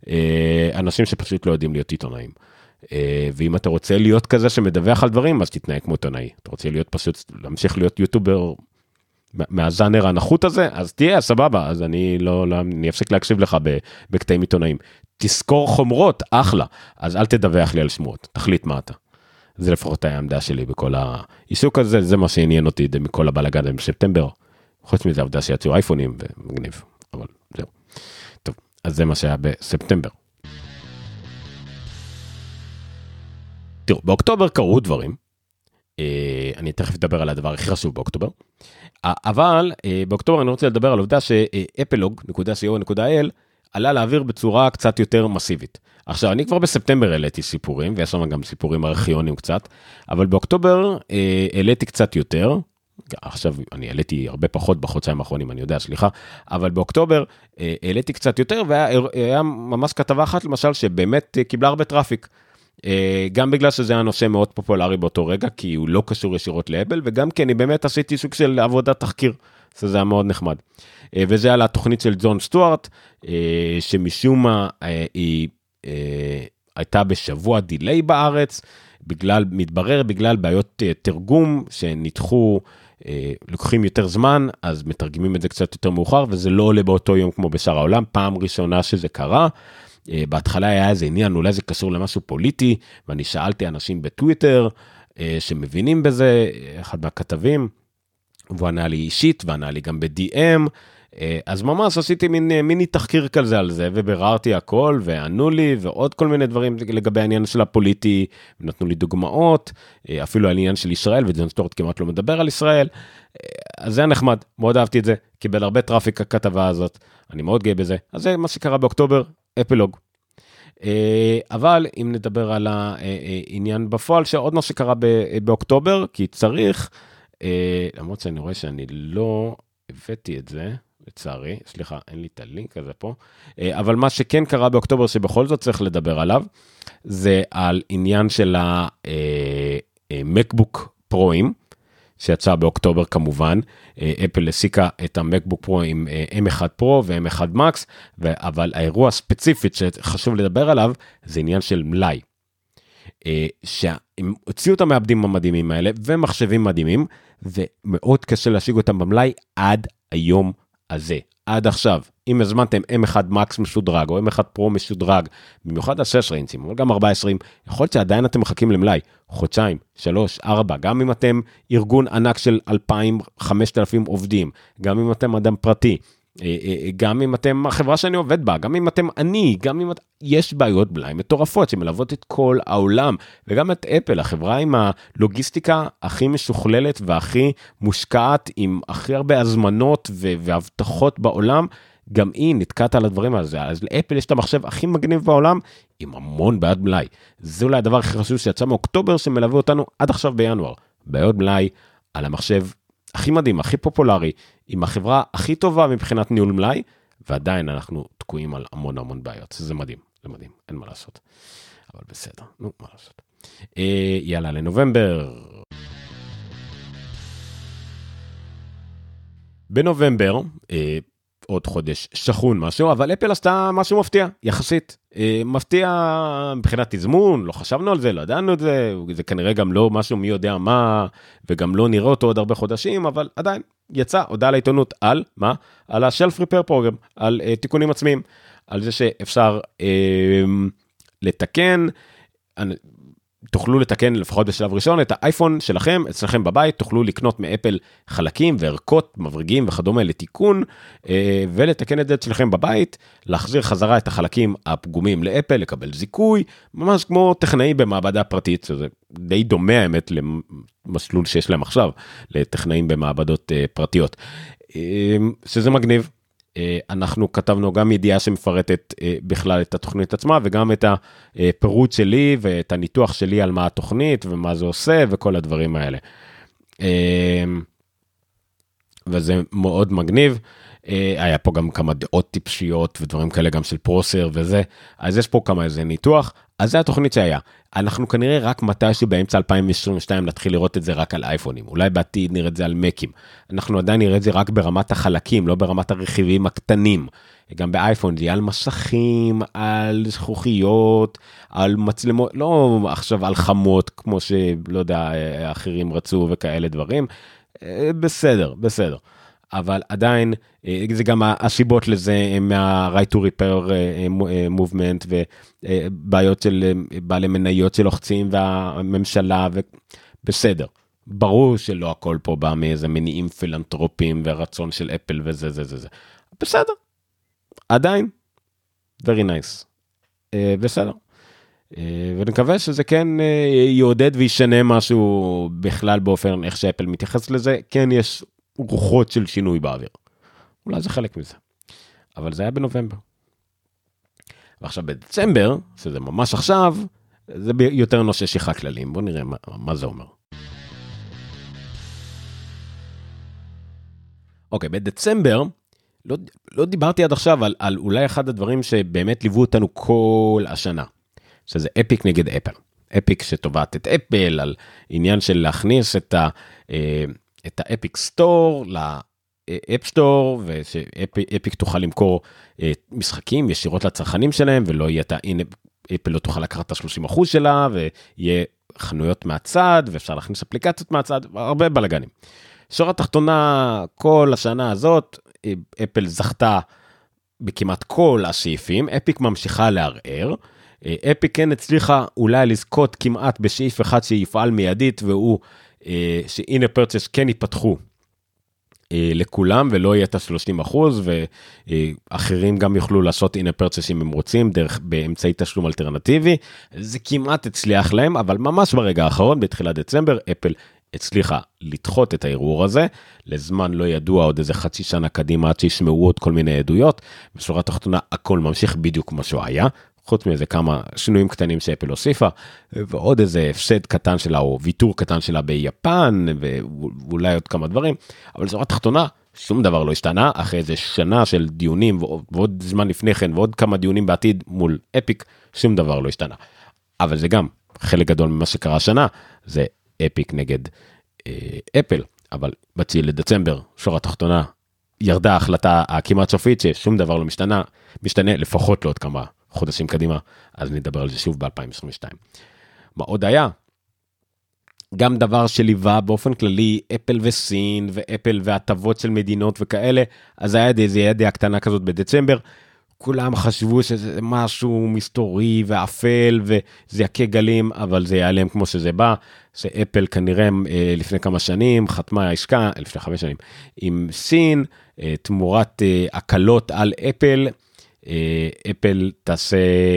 אה, אנשים שפשוט לא יודעים להיות עיתונאים. אה, ואם אתה רוצה להיות כזה שמדווח על דברים, אז תתנהג כמו עיתונאי. אתה רוצה להיות פשוט, להמשיך להיות יוטובר מהז'אנר הנחות הזה, אז תהיה, סבבה, אז אני לא, לא אני אפסיק להקשיב לך בקטעים עיתונאים. תזכור חומרות, אחלה, אז אל תדווח לי על שמועות, תחליט מה אתה. זה לפחות העמדה שלי בכל העיסוק הזה, זה מה שעניין אותי מכל הבלגן בספטמבר, חוץ מזה עבודה שיצאו אייפונים ומגניב, אבל זהו. טוב, אז זה מה שהיה בספטמבר. תראו, באוקטובר קרו דברים, אני תכף אדבר על הדבר הכי חשוב באוקטובר, אבל באוקטובר אני רוצה לדבר על עובדה שאפלוג נקודה סי או נקודה איי אל עלה להעביר בצורה קצת יותר מסיבית. עכשיו, אני כבר בספטמבר העליתי סיפורים, ויש שם גם סיפורים ארכיונים קצת, אבל באוקטובר העליתי קצת יותר, עכשיו אני העליתי הרבה פחות בחודשיים האחרונים, אני יודע, סליחה, אבל באוקטובר העליתי קצת יותר, והיה ממש כתבה אחת למשל שבאמת קיבלה הרבה טראפיק. גם בגלל שזה היה נושא מאוד פופולרי באותו רגע, כי הוא לא קשור ישירות לאפל, וגם כי אני באמת עשיתי סוג של עבודת תחקיר, שזה היה מאוד נחמד. וזה על התוכנית של ג'ון סטוארט, שמשום מה היא הייתה בשבוע דיליי בארץ, בגלל, מתברר בגלל בעיות תרגום שניתחו, לוקחים יותר זמן, אז מתרגמים את זה קצת יותר מאוחר, וזה לא עולה באותו יום כמו בשאר העולם, פעם ראשונה שזה קרה, בהתחלה היה איזה עניין, אולי זה קשור למשהו פוליטי, ואני שאלתי אנשים בטוויטר, שמבינים בזה, אחד מהכתבים, והוא ענה לי אישית, וענה לי גם ב-די אם, אז ממש עשיתי מין, מיני תחקיר כזה על זה, ובררתי הכל, וענו לי, ועוד כל מיני דברים לגבי העניין של הפוליטי, ונתנו לי דוגמאות, אפילו על עניין של ישראל, וג'ון סטוארט כמעט לא מדבר על ישראל, אז זה היה נחמד, מאוד אהבתי את זה, קיבל הרבה טראפיק הכתבה הזאת, אני מאוד גאה בזה, אז זה מה שקרה באוקטובר, אפילוג. אבל אם נדבר על העניין בפועל, שעוד מה שקרה באוקטובר, כי צריך, למרות שאני רואה שאני לא הבאתי את זה, לצערי, סליחה, אין לי את הלינק הזה פה, אבל מה שכן קרה באוקטובר שבכל זאת צריך לדבר עליו, זה על עניין של המקבוק פרוים, שיצא באוקטובר כמובן, אפל הסיקה את המקבוק פרו עם אם אחד פרו ו-אם אחד מקס, אבל האירוע הספציפית שחשוב לדבר עליו, זה עניין של מלאי. שהם הוציאו את המעבדים המדהימים האלה, ומחשבים מדהימים, ומאוד קשה להשיג אותם במלאי עד היום הזה, עד עכשיו. אם הזמנתם אם אחד מקס משודרג, או אם אחד פרו משודרג, במיוחד על שש ריינצים, אבל גם ארבע עשרה, יכול להיות שעדיין אתם מחכים למלאי, חודשיים, שלוש, ארבע, גם אם אתם ארגון ענק של אלפיים, חמשת אלפים עובדים, גם אם אתם אדם פרטי, גם אם אתם החברה שאני עובד בה, גם אם אתם אני, גם אם את... יש בעיות בלאי מטורפות שמלוות את כל העולם, וגם את אפל, החברה עם הלוגיסטיקה הכי משוכללת והכי מושקעת, עם הכי הרבה הזמנות ו... והבטחות בעולם, גם היא נתקעת על הדברים הזה. אז לאפל יש את המחשב הכי מגניב בעולם, עם המון בעיות מלאי. זה אולי הדבר הכי חשוב שיצא מאוקטובר, שמלווה אותנו עד עכשיו בינואר. בעיות מלאי על המחשב הכי מדהים, הכי פופולרי, עם החברה הכי טובה מבחינת ניהול מלאי, ועדיין אנחנו תקועים על המון המון בעיות. זה מדהים, זה מדהים, אין מה לעשות. אבל בסדר, נו, מה לעשות. אה, יאללה, לנובמבר. בנובמבר, אה, עוד חודש שכון משהו, אבל אפל עשתה משהו מפתיע, יחסית. אה, מפתיע מבחינת תזמון, לא חשבנו על זה, לא ידענו את זה, זה כנראה גם לא משהו מי יודע מה, וגם לא נראה אותו עוד הרבה חודשים, אבל עדיין יצא הודעה לעיתונות על, מה? על ה-Shelf Repair Program, על אה, תיקונים עצמיים, על זה שאפשר אה, לתקן, תוכלו לתקן לפחות בשלב ראשון את האייפון שלכם, אצלכם בבית, תוכלו לקנות מאפל חלקים וערכות, מברגים וכדומה לתיקון, ולתקן את זה אצלכם בבית, להחזיר חזרה את החלקים הפגומים לאפל, לקבל זיכוי, ממש כמו טכנאי במעבדה פרטית, שזה די דומה האמת למסלול שיש להם עכשיו, לטכנאים במעבדות פרטיות, שזה מגניב. אנחנו כתבנו גם ידיעה שמפרטת בכלל את התוכנית עצמה, וגם את הפירוט שלי ואת הניתוח שלי על מה התוכנית ומה זה עושה וכל הדברים האלה. וזה מאוד מגניב. היה פה גם כמה דעות טיפשיות ודברים כאלה גם של פרוסר וזה. אז יש פה כמה איזה ניתוח. אז זה התוכנית שהיה. אנחנו כנראה רק מתישהו באמצע אלפיים עשרים ושתיים נתחיל לראות את זה רק על אייפונים. אולי בעתיד נראה את זה על מקים. אנחנו עדיין נראה את זה רק ברמת החלקים, לא ברמת הרכיבים הקטנים. גם באייפון זה יהיה על מסכים, על זכוכיות, על מצלמות, לא עכשיו על חמות, כמו שלא יודע, אחרים רצו וכאלה דברים. בסדר, בסדר. אבל עדיין, זה גם הסיבות לזה מה-right to repair movement, ובעיות של בעלי מניות שלוחצים, והממשלה, ובסדר. ברור שלא הכל פה בא מאיזה מניעים פילנטרופיים, ורצון של אפל וזה, זה, זה, זה. בסדר. עדיין. very nice. בסדר. ונקווה שזה כן יעודד וישנה משהו בכלל באופן איך שאפל מתייחס לזה. כן יש רוחות של שינוי באוויר. אולי זה חלק מזה. אבל זה היה בנובמבר. ועכשיו בדצמבר, שזה ממש עכשיו, זה יותר נושא שיחה כללים. בואו נראה מה, מה זה אומר. אוקיי, בדצמבר, לא, לא דיברתי עד עכשיו על, על אולי אחד הדברים שבאמת ליוו אותנו כל השנה. שזה אפיק נגד אפל. אפיק שתובעת את אפל, על עניין של להכניס את ה... את האפיק סטור לאפ סטור, ושאפיק תוכל למכור משחקים ישירות לצרכנים שלהם, ולא יהיה את ה... הנה, אפל לא תוכל לקחת את ה-שלושים אחוז שלה, ויהיה חנויות מהצד, ואפשר להכניס אפליקציות מהצד, הרבה בלגנים. שורה התחתונה, כל השנה הזאת, אפל זכתה בכמעט כל הסעיפים, אפיק ממשיכה לערער, אפיק כן הצליחה אולי לזכות כמעט בשאיף אחד שיפעל מיידית, והוא שהנה פרצ'ס כן ייפתחו לכולם, ולא יהיה את ה-שלושים אחוז, ואחרים גם יוכלו לעשות הנה פרצ'ס אם הם רוצים, דרך באמצעי תשלום אלטרנטיבי, זה כמעט הצליח להם, אבל ממש ברגע האחרון, בתחילת דצמבר, אפל הצליחה לדחות את הערעור הזה, לזמן לא ידוע עוד איזה חצי שנה קדימה, עד שישמעו עוד כל מיני עדויות, בשורה התחתונה הכל ממשיך בדיוק כמו שהוא היה, חוץ מאיזה כמה שינויים קטנים שאפל הוסיפה, ועוד איזה הפסד קטן שלה, או ויתור קטן שלה ביפן, ואולי עוד כמה דברים, אבל בשורה התחתונה, שום דבר לא השתנה, אחרי איזה שנה של דיונים, ועוד זמן לפני כן, ועוד כמה דיונים בעתיד מול אפיק, שום דבר לא השתנה. אבל זה גם חלק גדול ממה שקרה השנה, זה אפיק נגד אה, אפל, אבל בציל לדצמבר, שורה התחתונה, ירדה ההחלטה הכמעט סופית, ששום דבר לא משתנה, משתנה לפחות לעוד כמה חודשים קדימה, אז נדבר על זה שוב ב-אלפיים עשרים ושתיים. מה עוד היה? גם דבר שליווה באופן כללי, אפל וסין, ואפל והטבות של מדינות וכאלה, אז היה איזה ידעה קטנה כזאת בדצמבר, כולם חשבו שזה משהו מסתורי ואפל, וזה יכה גלים, אבל זה ייעלם כמו שזה בא, שאפל כנראה לפני כמה שנים, חתמה העסקה, לפני חמש שנים, עם סין, תמורת הקלות על אפל, אפל תעשה,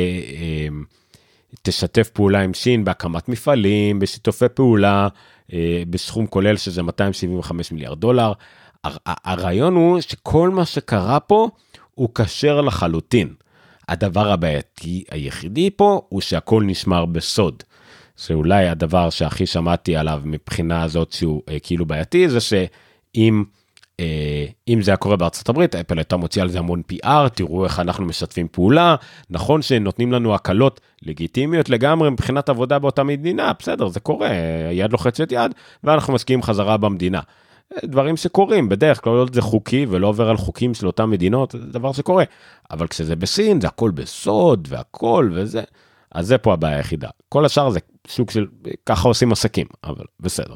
תשתף פעולה עם סין בהקמת מפעלים, בשיתופי פעולה, בסכום כולל שזה מאתיים שבעים וחמישה מיליארד דולר. הרעיון הוא שכל מה שקרה פה הוא קשר לחלוטין. הדבר הבעייתי היחידי פה הוא שהכל נשמר בסוד. שאולי הדבר שהכי שמעתי עליו מבחינה הזאת שהוא כאילו בעייתי, זה שאם אם זה היה קורה בארצות הברית, אפל הייתה מוציאה על זה המון פי אר, תראו איך אנחנו משתפים פעולה, נכון שנותנים לנו הקלות לגיטימיות לגמרי מבחינת עבודה באותה מדינה, בסדר, זה קורה, יד לוחצת יד, ואנחנו מסכימים חזרה במדינה. דברים שקורים, בדרך כלל זה חוקי, ולא עובר על חוקים של אותם מדינות, זה דבר שקורה. אבל כשזה בסין, זה הכל בסוד, והכל וזה, אז זה פה הבעיה היחידה. כל השאר זה סוג של, ככה עושים עסקים, אבל בסדר.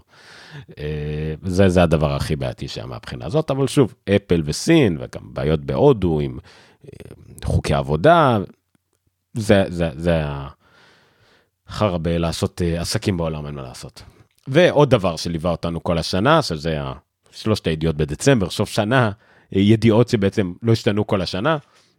זה, זה הדבר הכי בעייתי שם מהבחינה הזאת, אבל שוב, אפל וסין, וגם בעיות בהודו עם חוקי עבודה, זה, זה, זה החרבה לעשות עסקים בעולם, אין מה לעשות. ועוד דבר שליווה אותנו כל השנה, שזה שלושת הידיעות בדצמבר, סוף שנה, ידיעות שבעצם לא השתנו כל השנה,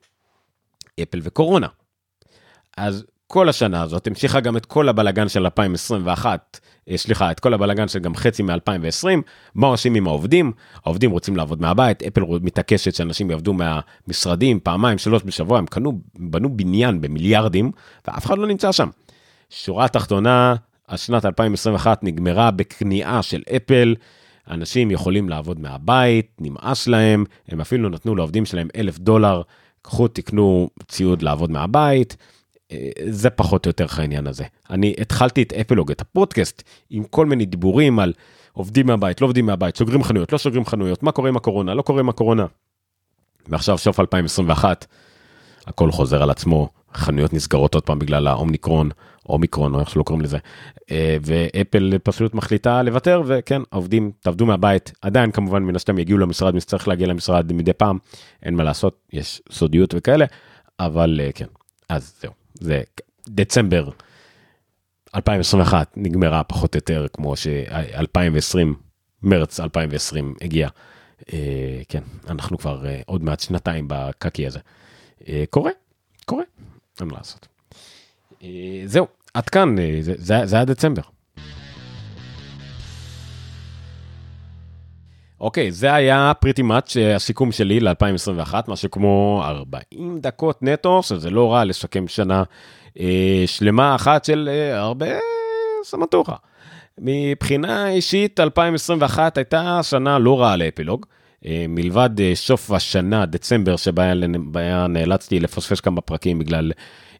אפל וקורונה. אז כל השנה הזאת המשיכה גם את כל הבלגן של אלפיים עשרים ואחת, סליחה, את כל הבלגן של גם חצי מ-אלפיים ועשרים, מה עושים עם העובדים? העובדים רוצים לעבוד מהבית, אפל מתעקשת שאנשים יעבדו מהמשרדים, פעמיים, שלוש בשבוע, הם קנו, בנו בניין במיליארדים, ואף אחד לא נמצא שם. שורה התחתונה, השנת אלפיים עשרים ואחת נגמרה בקנייה של אפל, אנשים יכולים לעבוד מהבית, נמאס להם, הם אפילו נתנו לעובדים שלהם אלף דולר, קחו, תקנו ציוד לעבוד מהבית, זה פחות או יותר העניין הזה. אני התחלתי את אפלוג, את הפודקאסט, עם כל מיני דיבורים על עובדים מהבית, לא עובדים מהבית, סוגרים חנויות, לא סוגרים חנויות, מה קורה עם הקורונה, לא קורה עם הקורונה. ועכשיו, סוף אלפיים עשרים ואחת, הכל חוזר על עצמו, חנויות נסגרות עוד פעם בגלל האומניקרון, אומיקרון, או איך שלא קוראים לזה, ואפל פשוט מחליטה לוותר, וכן, העובדים תעבדו מהבית, עדיין כמובן מן הסתם יגיעו למשרד, מי שצריך להגיע למשרד מדי פעם, אין מה לעשות, יש סודיות וכאלה, אבל כן, אז זהו, זה דצמבר אלפיים עשרים ואחת נגמרה פחות או יותר, כמו ש-אלפיים ועשרים, מרץ אלפיים ועשרים הגיע, כן, אנחנו כבר עוד מעט שנתיים בקקי הזה, קורה, קורה, אין מה לעשות. זהו, עד כאן, זה, זה, זה היה דצמבר. אוקיי, זה היה pretty much הסיכום שלי ל-אלפיים עשרים ואחת, משהו כמו ארבעים דקות נטו, שזה לא רע לשקם שנה אה, שלמה אחת של אה, הרבה סמטוחה. מבחינה אישית, אלפיים עשרים ואחת הייתה שנה לא רעה לאפילוג, אה, מלבד אה, סוף השנה, דצמבר, שבה נאלצתי לפספס כמה פרקים בגלל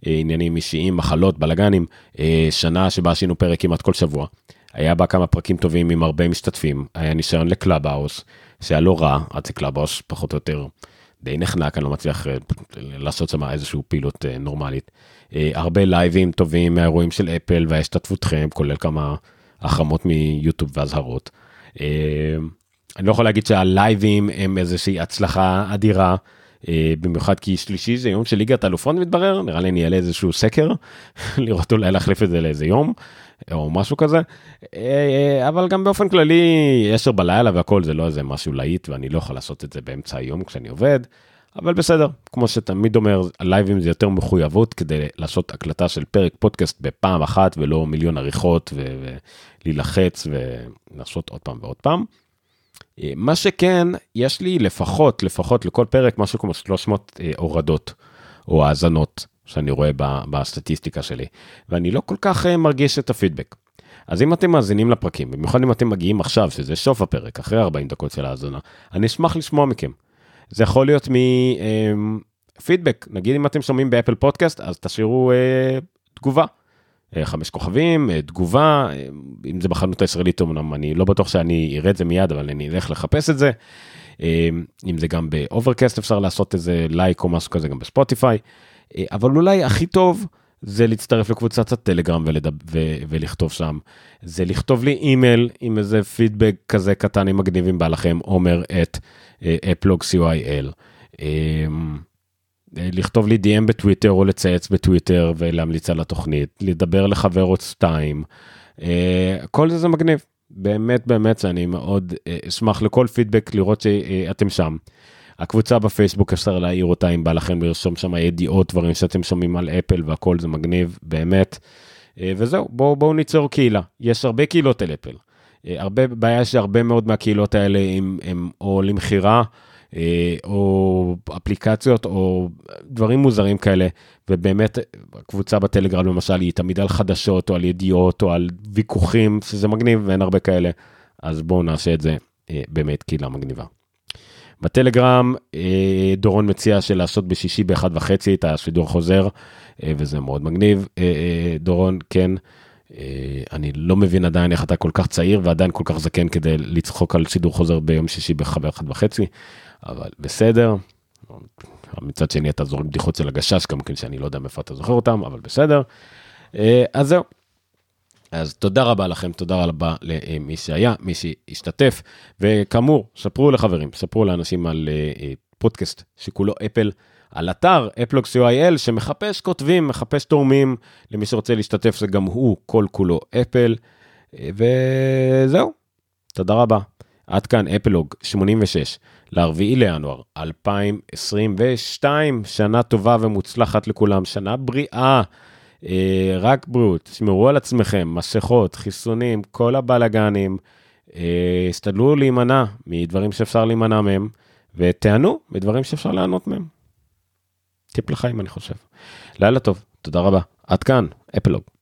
עניינים אישיים, מחלות, בלגנים, שנה שבה עשינו פרק כמעט כל שבוע. היה בה כמה פרקים טובים עם הרבה משתתפים, היה ניסיון לקלאבהאוס, שהיה לא רע, עד זה קלאבהאוס פחות או יותר די נחנק, אני לא מצליח לעשות שם איזושהי פעילות נורמלית. הרבה לייבים טובים מהאירועים של אפל וההשתתפותכם, כולל כמה החרמות מיוטיוב והזהרות. אני לא יכול להגיד שהלייבים הם איזושהי הצלחה אדירה, במיוחד כי שלישי זה יום של ליגת האלופות מתברר, נראה לי אני אעלה איזשהו סקר, לראות אולי להחליף את זה לאיזה יום, או משהו כזה, אבל גם באופן כללי, עשר בלילה והכל זה לא איזה משהו להיט, ואני לא יכול לעשות את זה באמצע היום כשאני עובד, אבל בסדר, כמו שתמיד אומר, הלייבים זה יותר מחויבות, כדי לעשות הקלטה של פרק פודקאסט בפעם אחת, ולא מיליון עריכות, ולהילחץ ולעשות עוד פעם ועוד פעם. מה שכן, יש לי לפחות, לפחות לכל פרק, משהו כמו שלוש מאות הורדות, או האזנות, שאני רואה בסטטיסטיקה שלי, ואני לא כל כך מרגיש את הפידבק. אז אם אתם מאזינים לפרקים, במיוחד אם אתם מגיעים עכשיו, שזה סוף הפרק, אחרי ארבעים דקות של האזנה, אני אשמח לשמוע מכם. זה יכול להיות מפידבק, נגיד אם אתם שומעים באפל פודקאסט, אז תשאירו תגובה. חמש כוכבים, תגובה, אם זה בחנות הישראלית, אני לא בטוח שאני אראה את זה מיד, אבל אני אלך לחפש את זה. אם זה גם באוברקאסט, אפשר לעשות איזה לייק או משהו כזה, גם בספוטיפיי. אבל אולי הכי טוב זה להצטרף לקבוצת הטלגרם ולדב, ו, ולכתוב שם. זה לכתוב לי אימייל עם איזה פידבק כזה קטן, אם מגניבים בא לכם, אומר את אפלוג סי או איי אל. לכתוב לי די אם בטוויטר או לצייץ בטוויטר ולהמליץ על התוכנית, לדבר לחבר עוד שתיים, כל זה זה מגניב, באמת באמת אני מאוד אשמח לכל פידבק לראות שאתם שם. הקבוצה בפייסבוק אפשר להעיר אותה אם בא לכם לרשום שם ידיעות, דברים שאתם שומעים על אפל והכל זה מגניב, באמת, וזהו, בואו בואו ניצור קהילה, יש הרבה קהילות על אפל, הרבה, בעיה שהרבה מאוד מהקהילות האלה הם, הם או למחירה, או אפליקציות, או דברים מוזרים כאלה, ובאמת הקבוצה בטלגרם למשל היא תמיד על חדשות, או על ידיעות, או על ויכוחים, שזה מגניב, ואין הרבה כאלה, אז בואו נעשה את זה באמת קהילה מגניבה. בטלגרם, דורון מציע של לעשות בשישי באחד וחצי את השידור חוזר, וזה מאוד מגניב. דורון, כן, אני לא מבין עדיין איך אתה כל כך צעיר, ועדיין כל כך זקן כדי לצחוק על שידור חוזר ביום שישי באחד וחצי, אבל בסדר. מצד שני אתה זורק בדיחות של הגשש, גם כן שאני לא יודע מאיפה אתה זוכר אותם, אבל בסדר. אז זהו. אז תודה רבה לכם, תודה רבה למי שהיה, מי שהשתתף, וכאמור, ספרו לחברים, ספרו לאנשים על פודקאסט שכולו אפל, על אתר אפלוג סי או איי אל, שמחפש כותבים, מחפש תורמים, למי שרוצה להשתתף, זה גם הוא, כל כולו אפל, וזהו, תודה רבה. עד כאן אפלוג שמונים ושש, לרביעי לינואר אלפיים עשרים ושתיים, שנה טובה ומוצלחת לכולם, שנה בריאה, רק בריאות, שמרו על עצמכם, מסכות, חיסונים, כל הבלגנים, הסתדלו להימנע מדברים שאפשר להימנע מהם, ותענו מדברים שאפשר לענות מהם. טיפ לחיים אני חושב. לילה טוב, תודה רבה. עד כאן, אפלוג.